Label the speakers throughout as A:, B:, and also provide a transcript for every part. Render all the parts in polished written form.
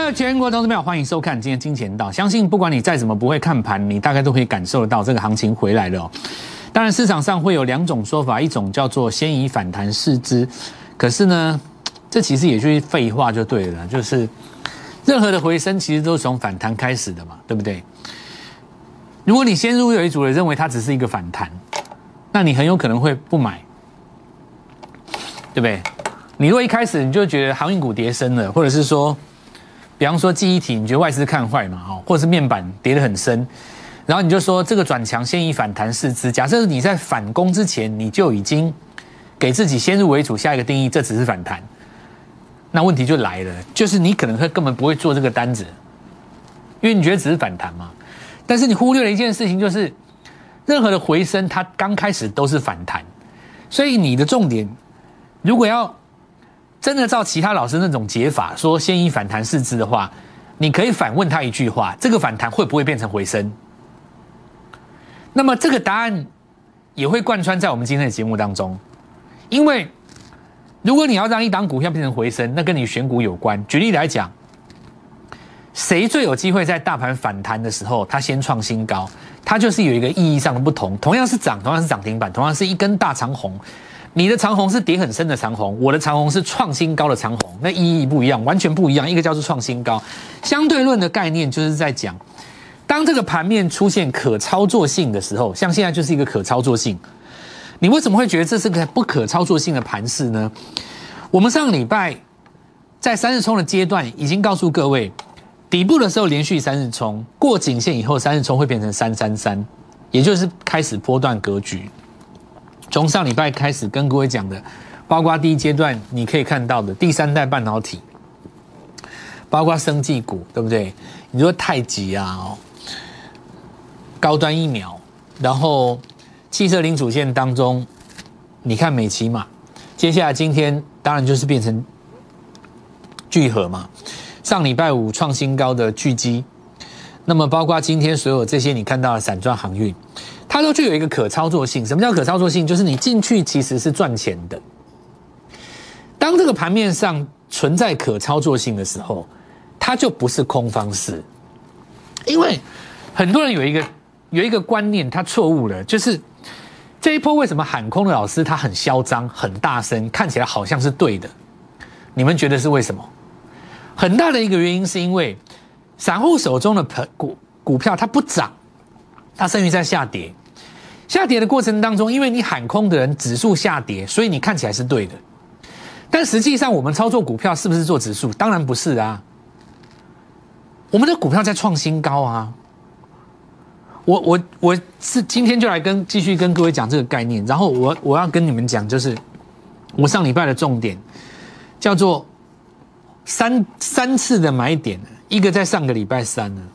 A: 的全国投资朋友，欢迎收看今天金钱道。相信不管你再怎么不会看盘，你大概都可以感受得到这个行情回来了哦。当然，市场上会有两种说法，一种叫做先以反弹视之，可是呢，这其实也就是废话就对了，就是任何的回升其实都是从反弹开始的嘛，对不对？如果你先入为主的认为它只是一个反弹，那你很有可能会不买，对不对？你如果一开始你就觉得航运股跌深了，或者是说，比方说记忆体，你觉得外资看坏嘛，或者是面板跌得很深，然后你就说这个转强先以反弹视之。假设你在反攻之前，你就已经给自己先入为主下一个定义，这只是反弹，那问题就来了，就是你可能会根本不会做这个单子，因为你觉得只是反弹嘛。但是你忽略了一件事情，就是任何的回升，它刚开始都是反弹，所以你的重点，如果要真的照其他老师那种解法，说先以反弹视之的话，你可以反问他一句话：这个反弹会不会变成回升？那么这个答案也会贯穿在我们今天的节目当中，因为如果你要让一档股票变成回升，那跟你选股有关。举例来讲，谁最有机会在大盘反弹的时候，它先创新高？它就是有一个意义上的不同，同样是涨停板，同样是一根大长红。你的长红是跌很深的长红，我的长红是创新高的长红，那意义不一样，完全不一样。一个叫做创新高，相对论的概念就是在讲，当这个盘面出现可操作性的时候，像现在就是一个可操作性。你为什么会觉得这是个不可操作性的盘势呢？我们上个礼拜在3日冲的阶段已经告诉各位，底部的时候连续3日冲，过颈线以后3日冲会变成333，也就是开始波段格局。从上礼拜开始跟各位讲的，包括第一阶段你可以看到的第三代半导体，包括生技股，对不对？你说太极啊，高端疫苗，然后汽车零组件当中，你看美琪嘛，接下来今天当然就是变成聚合嘛，上礼拜五创新高的聚基，那么包括今天所有这些你看到的散装航运，它都具有一个可操作性。什么叫可操作性？就是你进去其实是赚钱的。当这个盘面上存在可操作性的时候，它就不是空方式。因为很多人有一个观念，他错误了，就是这一波为什么喊空的老师他很嚣张、很大声，看起来好像是对的？你们觉得是为什么？很大的一个原因是因为散户手中的股票它不涨，它甚至在下跌。下跌的过程当中，因为你喊空的人指数下跌，所以你看起来是对的。但实际上我们操作股票是不是做指数？当然不是啊。我们的股票在创新高啊。我是今天就来继续跟各位讲这个概念，然后我要跟你们讲，就是我上礼拜的重点叫做三次的买点，一个在上个礼拜三呢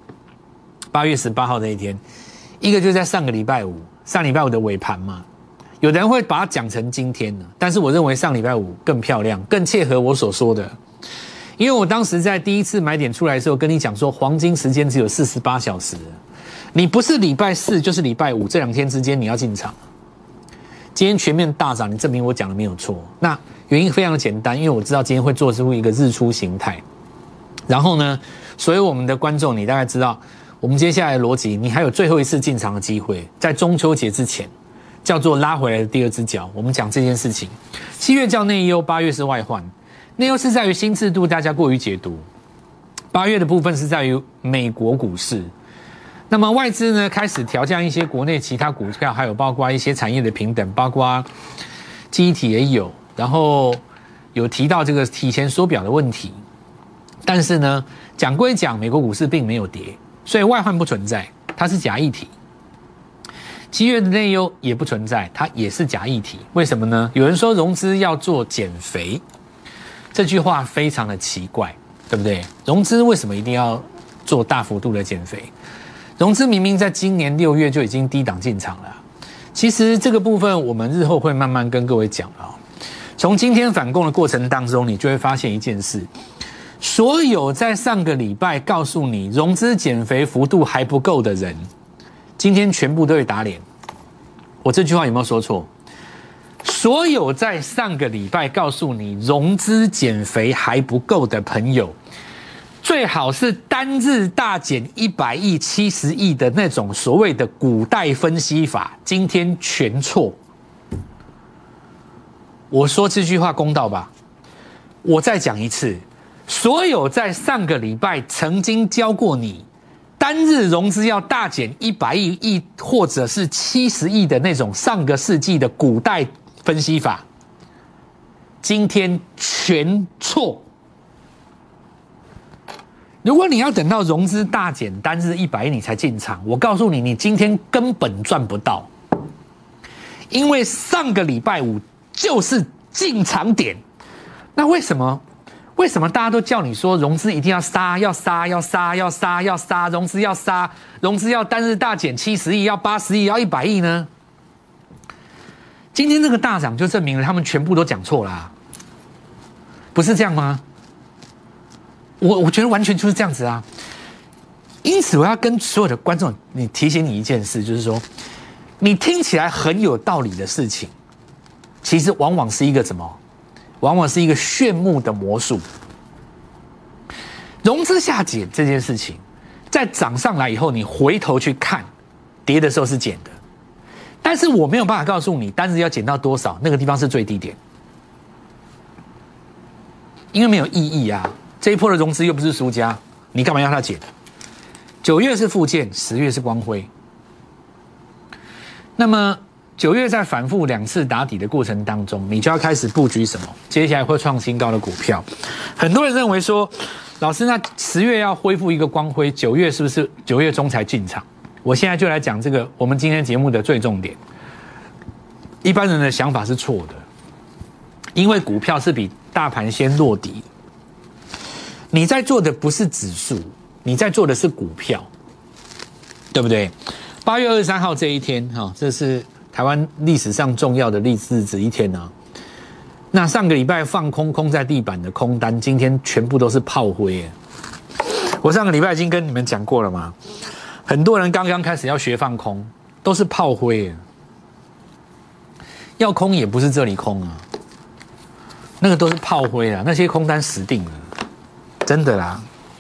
A: ，8月18号那一天。一个就在上礼拜五的尾盘嘛，有的人会把它讲成今天呢，但是我认为上礼拜五更漂亮，更切合我所说的。因为我当时在第一次买点出来的时候，跟你讲说，黄金时间只有48小时，你不是礼拜四就是礼拜五这2天之间你要进场。今天全面大涨，你证明我讲的没有错。那原因非常的简单，因为我知道今天会做出一个日出形态，然后呢，所有我们的观众，你大概知道。我们接下来的逻辑，你还有最后一次进场的机会，在中秋节之前，叫做拉回来的第二只脚。我们讲这件事情，7月叫内忧，8月是外患。内忧是在于新制度大家过于解读，8月的部分是在于美国股市。那么外资呢开始调降一些国内其他股票，还有包括一些产业的平等，包括记忆体也有，然后有提到这个提前缩表的问题。但是呢，讲归讲，美国股市并没有跌。所以外患不存在，它是假议题。7月的内忧也不存在，它也是假议题。为什么呢？有人说融资要做减肥，这句话非常的奇怪，对不对？融资为什么一定要做大幅度的减肥？融资明明在今年6月就已经低档进场了。其实这个部分我们日后会慢慢跟各位讲了。从今天反攻的过程当中，你就会发现一件事。所有在上个礼拜告诉你融资减肥幅度还不够的人，今天全部都会打脸。我这句话有没有说错？所有在上个礼拜告诉你融资减肥还不够的朋友， 最好是单日大减100亿、70亿的那种所谓的古代分析法，今天全错。我说这句话公道吧，我再讲一次，所有在上个礼拜曾经教过你单日融资要大减100亿或者是70亿的那种上个世纪的古代分析法，今天全错。如果你要等到融资大减单日100亿你才进场，我告诉你，你今天根本赚不到，因为上个礼拜五就是进场点。那为什么大家都叫你说融资一定要杀，要杀，融资要杀，融资要单日大减70亿，要80亿，要100亿呢？今天这个大涨就证明了他们全部都讲错啦，不是这样吗？我觉得完全就是这样子啊。因此我要跟所有的观众提醒你一件事，就是说你听起来很有道理的事情，其实往往是一个什么？往往是一个炫目的魔术。融资下减这件事情，在涨上来以后，你回头去看，跌的时候是减的，但是我没有办法告诉你单日要减到多少，那个地方是最低点，因为没有意义啊。这一波的融资又不是输家，你干嘛要它减？9月是复健，10月是光辉。那么9月在反复2次打底的过程当中，你就要开始布局什么？接下来会创新高的股票。很多人认为说，老师，那10月要恢复一个光辉，9月是不是9月中才进场？我现在就来讲这个我们今天节目的最重点。一般人的想法是错的，因为股票是比大盘先落底。你在做的不是指数，你在做的是股票，对不对？8月23号这一天，这是台湾历史上重要的日子一天啊。那上个礼拜放空在地板的空单，今天全部都是炮灰耶。我上个礼拜已经跟你们讲过了嘛，很多人刚刚开始要学放空，都是炮灰耶。要空也不是这里空啊，那个都是炮灰啦，那些空单死定了。真的啦，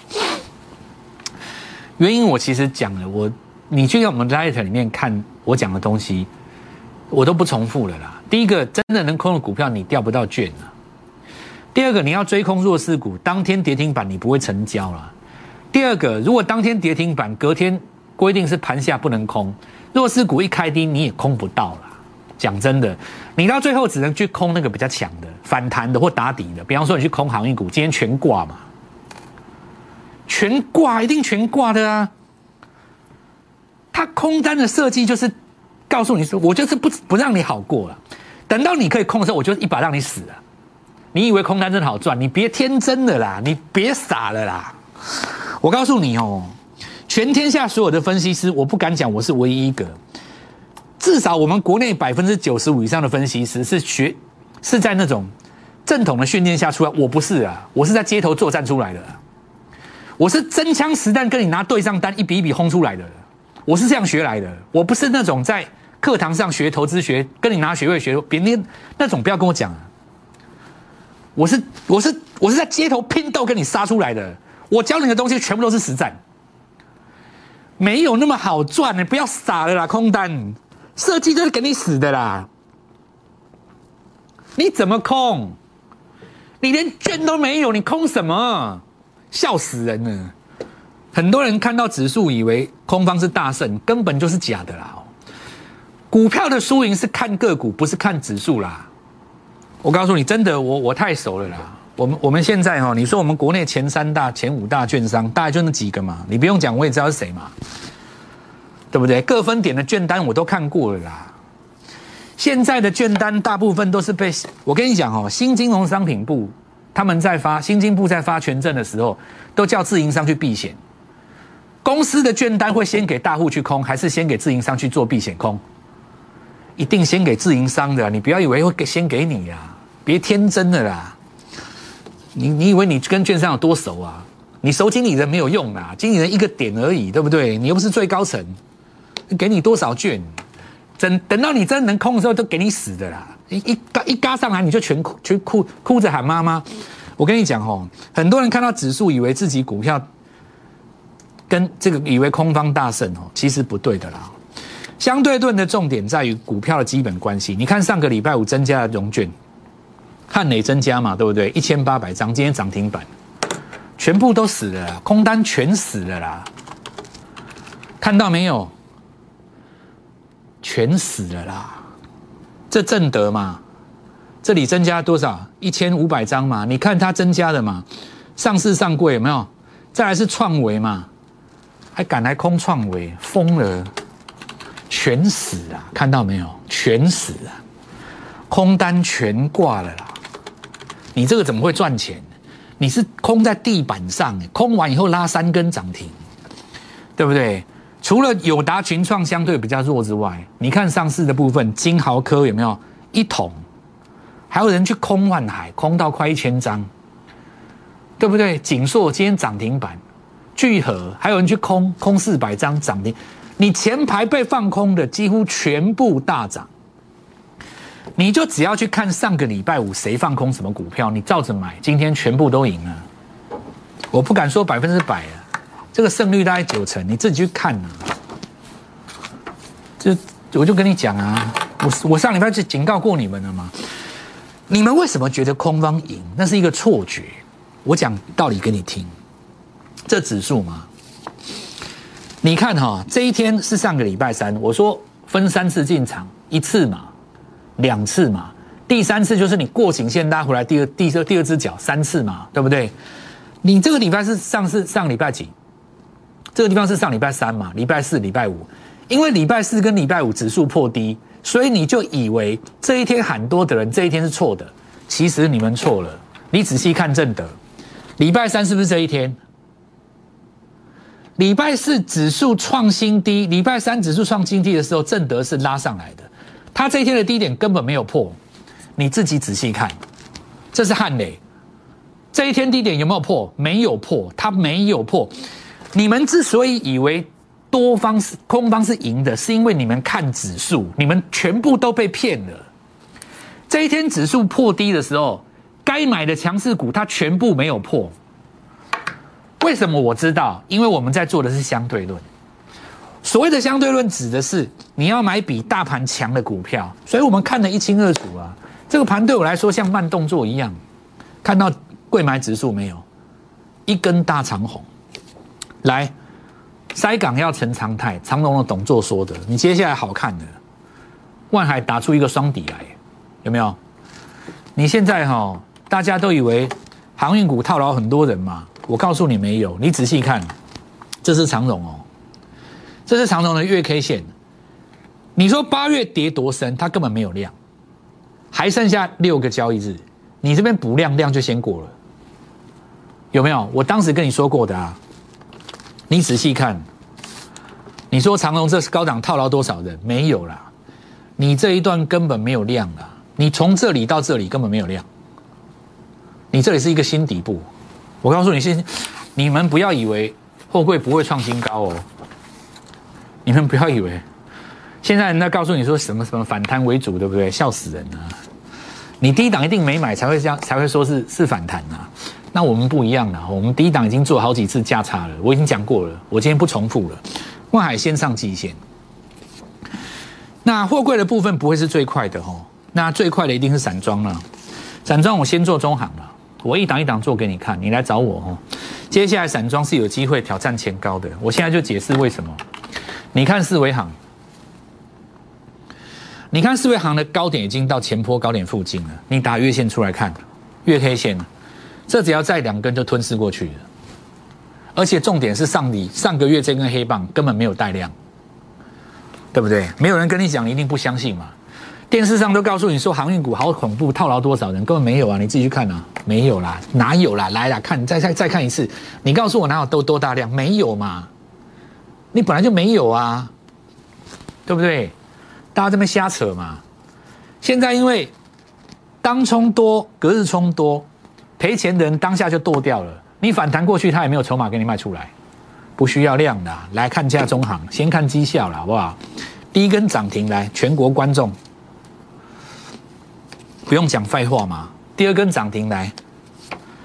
A: 原因我其实讲了，你去看我们 Light 里面看我讲的东西，我都不重复了啦。第一个，真的能空的股票你调不到券啊。第二个，你要追空弱势股，当天跌停板你不会成交啦。第二个，如果当天跌停板，隔天规定是盘下不能空，弱势股一开低你也空不到啦。讲真的，你到最后只能去空那个比较强的、反弹的或打底的，比方说你去空航运股，今天全挂嘛。全挂，一定全挂的啊！它空单的设计就是告诉你说，我就是不让你好过了。等到你可以空的时候，我就一把让你死了。你以为空单真的好赚？你别天真了啦，你别傻了啦！我告诉你哦，全天下所有的分析师，我不敢讲我是唯一一个，至少我们国内95%以上的分析师是在那种正统的训练下出来。我不是啊，我是在街头作战出来的。我是真枪实弹跟你拿对账单一笔一笔轰出来的，我是这样学来的，我不是那种在课堂上学投资学跟你拿学位学别人那种，不要跟我讲啊！我是在街头拼斗跟你杀出来的，我教你的东西全部都是实战，没有那么好赚，你不要傻了啦！空单设计就是给你死的啦，你怎么空？你连券都没有，你空什么？笑死人了！很多人看到指数以为空方是大胜，根本就是假的啦。股票的输赢是看个股，不是看指数啦。我告诉你，真的，我太熟了啦。我们现在你说我们国内前3大、前5大券商，大概就那几个嘛，你不用讲，我也知道是谁嘛，对不对？各分点的券单我都看过了啦。现在的券单大部分都是被我跟你讲新金融商品部。他们在新金部在发权证的时候，都叫自营商去避险。公司的券单会先给大户去空，还是先给自营商去做避险空？一定先给自营商的，你不要以为会先给你啊，别天真的啦。你以为你跟券商有多熟啊？你熟经理人没有用啦，经理人一个点而已，对不对？你又不是最高层，给你多少券？等到你真的能空的时候，都给你死的啦！一嘎上来，你就全哭着喊妈妈。 我跟你讲哦，很多人看到指数以为自己股票跟这个以为空方大胜哦，其实不对的啦。相对论的重点在于股票的基本关系。你看上个礼拜五增加的融券，汉磊增加嘛，对不对？1800张，今天涨停板，全部都死了啦，空单全死了啦，看到没有？全死了啦。这正德嘛，这里增加多少？1500张嘛，你看它增加的嘛，上市上柜有没有？再来是创维嘛，还敢来空创维，疯了。全死啊！看到没有？全死啊！空单全挂了啦！你这个怎么会赚钱？你是空在地板上，空完以后拉3根涨停，对不对？除了友达、群创相对比较弱之外，你看上市的部分，金豪科有没有1桶？还有人去空万海，空到快1000张，对不对？景硕今天涨停板，聚合还有人去空400张涨停。你前排被放空的几乎全部大涨，你就只要去看上个礼拜五谁放空什么股票，你照着买，今天全部都赢了。我不敢说100%啊，这个胜率大概90%，你自己去看啊。我就跟你讲啊，我上礼拜就警告过你们了嘛，你们为什么觉得空方赢？那是一个错觉。我讲道理给你听，这指数嘛。你看哈，这一天是上个礼拜3，我说分3次进场，1次嘛，2次嘛，第3次就是你过颈线拉回来第二只脚，3次嘛，对不对？你这个礼拜是上礼拜几？这个地方是上礼拜3嘛，礼拜4、礼拜5，因为礼拜4跟礼拜5指数破低，所以你就以为这一天喊多的人这一天是错的，其实你们错了。你仔细看正德，礼拜3是不是这一天？礼拜4指数创新低，礼拜3指数创新低的时候，正德是拉上来的，它这一天的低点根本没有破，你自己仔细看，这是汉磊，这一天低点有没有破？没有破，它没有破。你们之所以以为空方是赢的，是因为你们看指数，你们全部都被骗了。这一天指数破低的时候，该买的强势股它全部没有破。为什么我知道？因为我们在做的是相对论。所谓的相对论指的是你要买比大盘强的股票，所以我们看得一清二楚啊。这个盘对我来说像慢动作一样，看到贵买指数没有？一根大长红，来，塞港要成常态，长荣的董座说的。你接下来好看的，万海打出一个双底来，有没有？你现在大家都以为航运股套牢很多人嘛？我告诉你没有，你仔细看，这是长荣哦，这是长荣的月 K 线。你说8月跌多深，它根本没有量，还剩下6个交易日，你这边补量就先过了，有没有？我当时跟你说过的啊，你仔细看，你说长荣这是高档套牢多少人？没有啦，你这一段根本没有量啦，你从这里到这里根本没有量，你这里是一个新底部。我告诉你们不要以为货柜不会创新高哦，你们不要以为，现在人家告诉你说什么反弹为主，对不对？笑死人啊！你低档一定没买才会这样，才会说是反弹啊。那我们不一样了，我们低档已经做好几次价差了，我已经讲过了，我今天不重复了。万海先上季线，那货柜的部分不会是最快的哦，那最快的一定是散装了。散装我先做中行了。我一档一档做给你看，你来找我哦。接下来散装是有机会挑战前高的，我现在就解释为什么。你看四维航，你看四维航的高点已经到前波高点附近了，你打月线出来看，月 K 线，这只要再2根就吞噬过去了。而且重点是上个月这根黑棒根本没有带量，对不对？没有人跟你讲，你一定不相信嘛。电视上都告诉你说航运股好恐怖，套牢多少人，根本没有啊！你自己去看啊，没有啦，哪有啦？来啦，看，再看一次，你告诉我哪有多大量？没有嘛？你本来就没有啊，对不对？大家这边瞎扯嘛。现在因为当冲多，隔日冲多，赔钱的人当下就剁掉了，你反弹过去，他也没有筹码给你卖出来，不需要量的。来看价中行，先看绩效啦，好不好？第一根涨停，来，全国观众。不用讲废话嘛，第2根涨停来，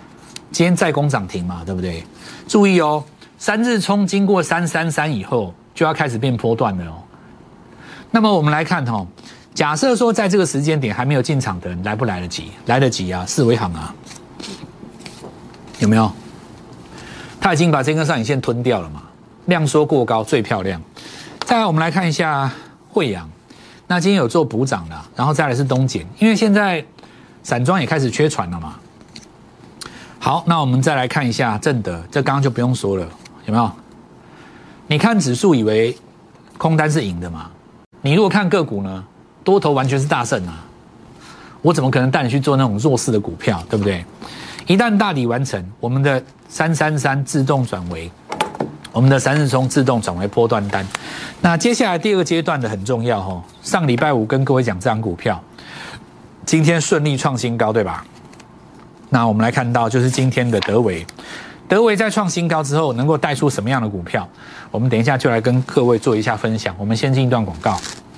A: 今天再攻涨停嘛，对不对？注意哦，3日冲经过333以后，就要开始变波段了哦。那么我们来看哦，假设说在这个时间点还没有进场的人，来不来得及？来得及啊，四维行啊，有没有？他已经把这根上影线吞掉了嘛，量缩过高最漂亮。再来我们来看一下慧洋，那今天有做补涨了，然后再来是东碱，因为现在散装也开始缺船了嘛。好，那我们再来看一下正德，这刚刚就不用说了，有没有？你看指数以为空单是赢的嘛？你如果看个股呢，多头完全是大胜啊！我怎么可能带你去做那种弱势的股票，对不对？一旦大底完成，我们的333自动转为我们的3日冲自动转为波段单。那接下来第二个阶段的很重要哦，上礼拜五跟各位讲这张股票，今天顺利创新高，对吧？那我们来看到就是今天的德微，德微在创新高之后能够带出什么样的股票？我们等一下就来跟各位做一下分享。我们先进一段广告。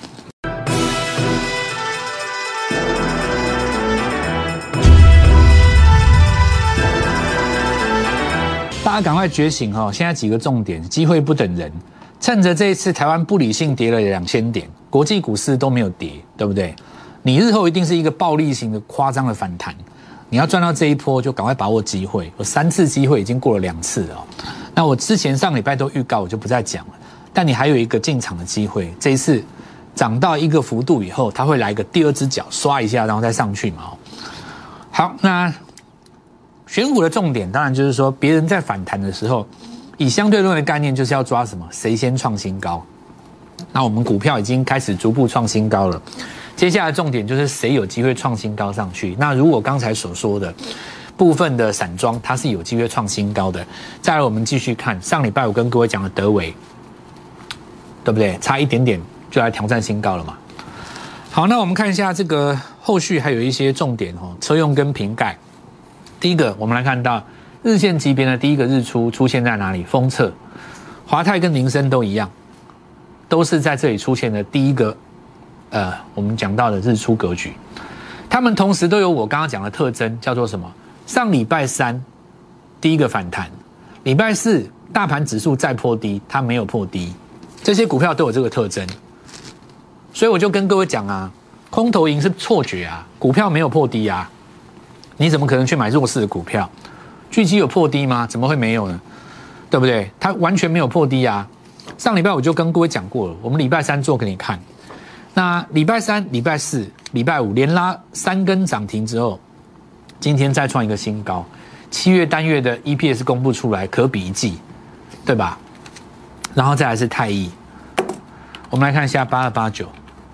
A: 大家赶快觉醒哦！现在几个重点，机会不等人，趁着这一次台湾不理性跌了2000点，国际股市都没有跌，对不对？你日后一定是一个暴力型的夸张的反弹。你要赚到这一波，就赶快把握机会。有3次机会已经过了2次了哦。那我之前上礼拜都预告，我就不再讲了。但你还有一个进场的机会，这一次涨到一个幅度以后，它会来一个第二只脚，刷一下，然后再上去嘛。好，那选股的重点当然就是说，别人在反弹的时候，以相对论的概念就是要抓什么？谁先创新高？那我们股票已经开始逐步创新高了。接下来重点就是谁有机会创新高上去。那如果刚才所说的部分的散装，它是有机会创新高的。再来，我们继续看上礼拜我跟各位讲的德微，对不对？差一点点就来挑战新高了嘛。好，那我们看一下这个后续还有一些重点哦，车用跟瓶盖。第一个，我们来看到日线级别的第一个日出出现在哪里？封测、华泰跟林森都一样，都是在这里出现的第一个。我们讲到的日出格局，他们同时都有我刚刚讲的特征，叫做什么？上礼拜3第一个反弹，礼拜4大盘指数再破低，它没有破低，这些股票都有这个特征，所以我就跟各位讲啊，空头赢是错觉啊，股票没有破低啊，你怎么可能去买弱势的股票？巨基有破低吗？怎么会没有呢？对不对？它完全没有破低啊。上礼拜我就跟各位讲过了，我们礼拜3做给你看。那礼拜3、礼拜4、礼拜5连拉3根涨停之后，今天再创一个新高。7月单月的 EPS 公布出来，可比一季，对吧？然后再来是太一，我们来看一下8289，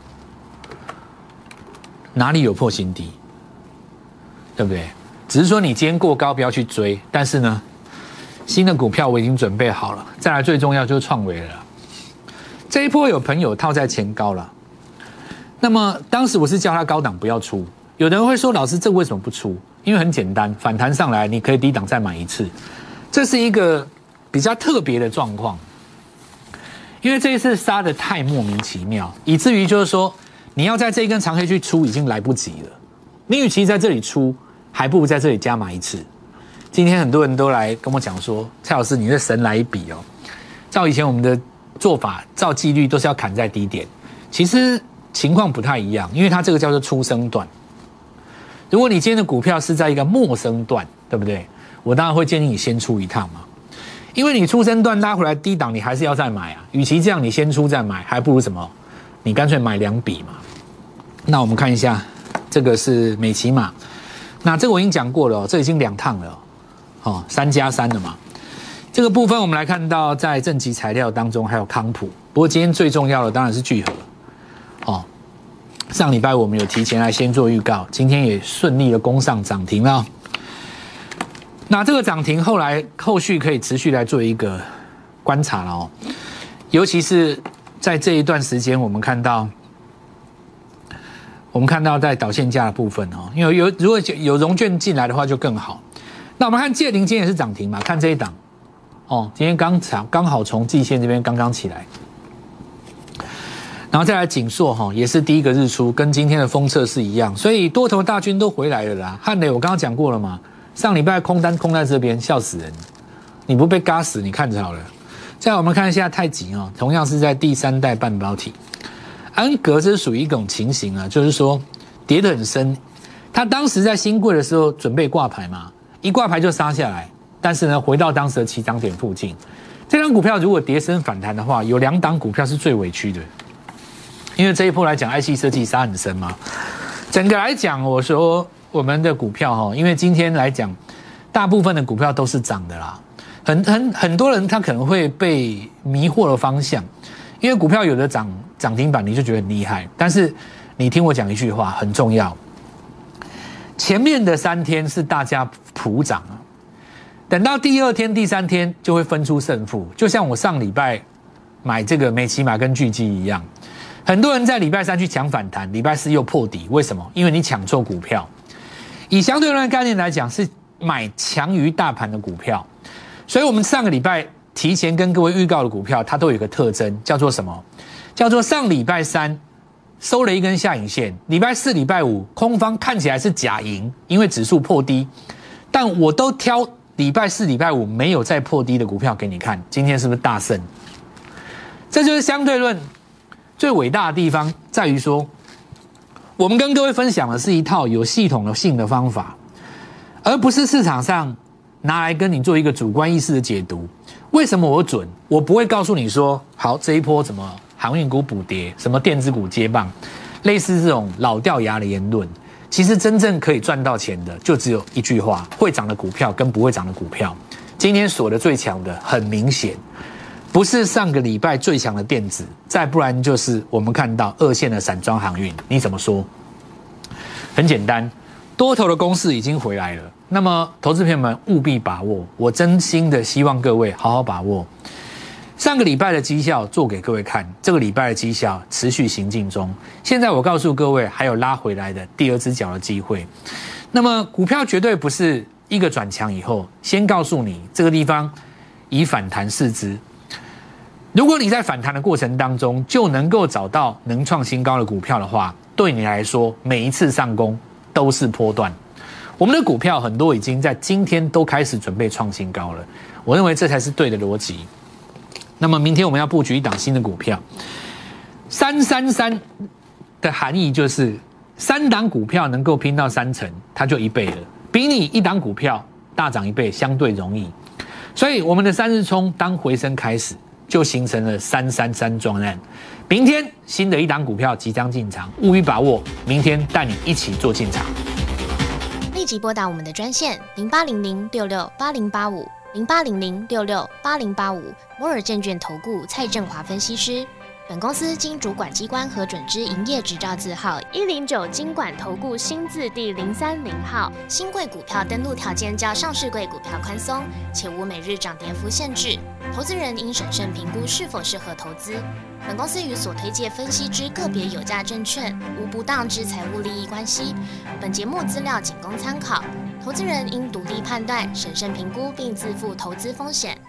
A: 哪里有破新低，对不对？只是说你今天过高不要去追，但是呢，新的股票我已经准备好了。再来最重要就是创维了，这一波有朋友套在前高了。那么当时我是叫他高档不要出，有人会说老师这为什么不出？因为很简单，反弹上来你可以低档再买一次，这是一个比较特别的状况。因为这一次杀得太莫名其妙，以至于就是说你要在这一根长黑去出已经来不及了。你与其在这里出，还不如在这里加码一次。今天很多人都来跟我讲说，蔡老师你这神来一笔哦，照以前我们的做法，照纪律都是要砍在低点，其实情况不太一样，因为它这个叫做初升段。如果你今天的股票是在一个末升段，对不对？我当然会建议你先出一趟嘛，因为你初升段拉回来低档，你还是要再买啊。与其这样，你先出再买，还不如什么？你干脆买2笔嘛。那我们看一下，这个是美骑马，那这个我已经讲过了，这已经2趟了，哦，3+3了嘛。这个部分我们来看到，在正极材料当中还有康普，不过今天最重要的当然是聚合。哦，上礼拜我们有提前来先做预告，今天也顺利的攻上涨停了。那这个涨停后续可以持续来做一个观察了哦，尤其是在这一段时间，我们看到在导线价的部分哦，因为如果有融券进来的话就更好。那我们看界零今天也是涨停嘛，看这一档哦，今天刚好从季线这边刚起来。然后再来景硕哈，也是第一个日出，跟今天的封测是一样，所以多头大军都回来了啦。汉磊我刚刚讲过了嘛上礼拜空单空在这边，笑死人！你不被嘎死，你看着好了。再来我们看一下太极哦，同样是在第3代半导体，安格这是属于一种情形啊，就是说跌得很深。他当时在新贵的时候准备挂牌嘛，一挂牌就杀下来，但是呢，回到当时的起涨点附近。这张股票如果跌深反弹的话，有2档股票是最委屈的，因为这一波来讲 IC 设计杀很深嘛。整个来讲，我说我们的股票哈，因为今天来讲，大部分的股票都是涨的啦。很多人他可能会被迷惑了方向，因为股票有的涨停板你就觉得很厉害，但是你听我讲一句话很重要，前面的3天是大家普涨啊，等到第2天、第3天就会分出胜负，就像我上礼拜买这个美骑马跟巨基一样，很多人在礼拜3去抢反弹，礼拜4又破底，为什么？因为你抢错股票。以相对论的概念来讲，是买强于大盘的股票。所以我们上个礼拜提前跟各位预告的股票，它都有一个特征，叫做什么？叫做上礼拜3收了一根下影线，礼拜4、礼拜5空方看起来是假赢，因为指数破低，但我都挑礼拜4、礼拜5没有再破低的股票给你看，今天是不是大胜？这就是相对论最伟大的地方，在于说，我们跟各位分享的是一套有系统性的方法，而不是市场上拿来跟你做一个主观意识的解读。为什么我准？我不会告诉你说，好，这一波怎么航运股补跌，什么电子股接棒，类似这种老掉牙的言论。其实真正可以赚到钱的，就只有一句话：会涨的股票跟不会涨的股票。今天锁的最强的，很明显，不是上个礼拜最强的电子，再不然就是我们看到2线的散装航运。你怎么说？很简单，多头的攻势已经回来了。那么，投资朋友们务必把握，我真心的希望各位好好把握。上个礼拜的绩效做给各位看，这个礼拜的绩效持续行进中。现在我告诉各位，还有拉回来的第2只脚的机会。那么，股票绝对不是一个转强以后，先告诉你这个地方以反弹视之。如果你在反弹的过程当中就能够找到能创新高的股票的话，对你来说每一次上攻都是波段。我们的股票很多已经在今天都开始准备创新高了，我认为这才是对的逻辑。那么明天我们要布局一档新的股票，333的含义就是3档股票能够拼到3成，它就1倍了，比你1档股票大涨1倍相对容易。所以我们的3日冲当回升开始，就形成了333专案。明天新的一档股票即将进场，务必把握，明天带你一起做进场。
B: 立即拨打我们的专线08006680850800668085摩尔证券投顾蔡正华分析师。本公司经主管机关核准之营业执照字号109金管投顾新字第030号。新贵股票登录条件较上市贵股票宽松，且无每日涨跌幅限制。投资人应审慎评估是否适合投资。本公司与所推介分析之个别有价证券无不当之财务利益关系。本节目资料仅供参考，投资人应独立判断、审慎评估并自负投资风险。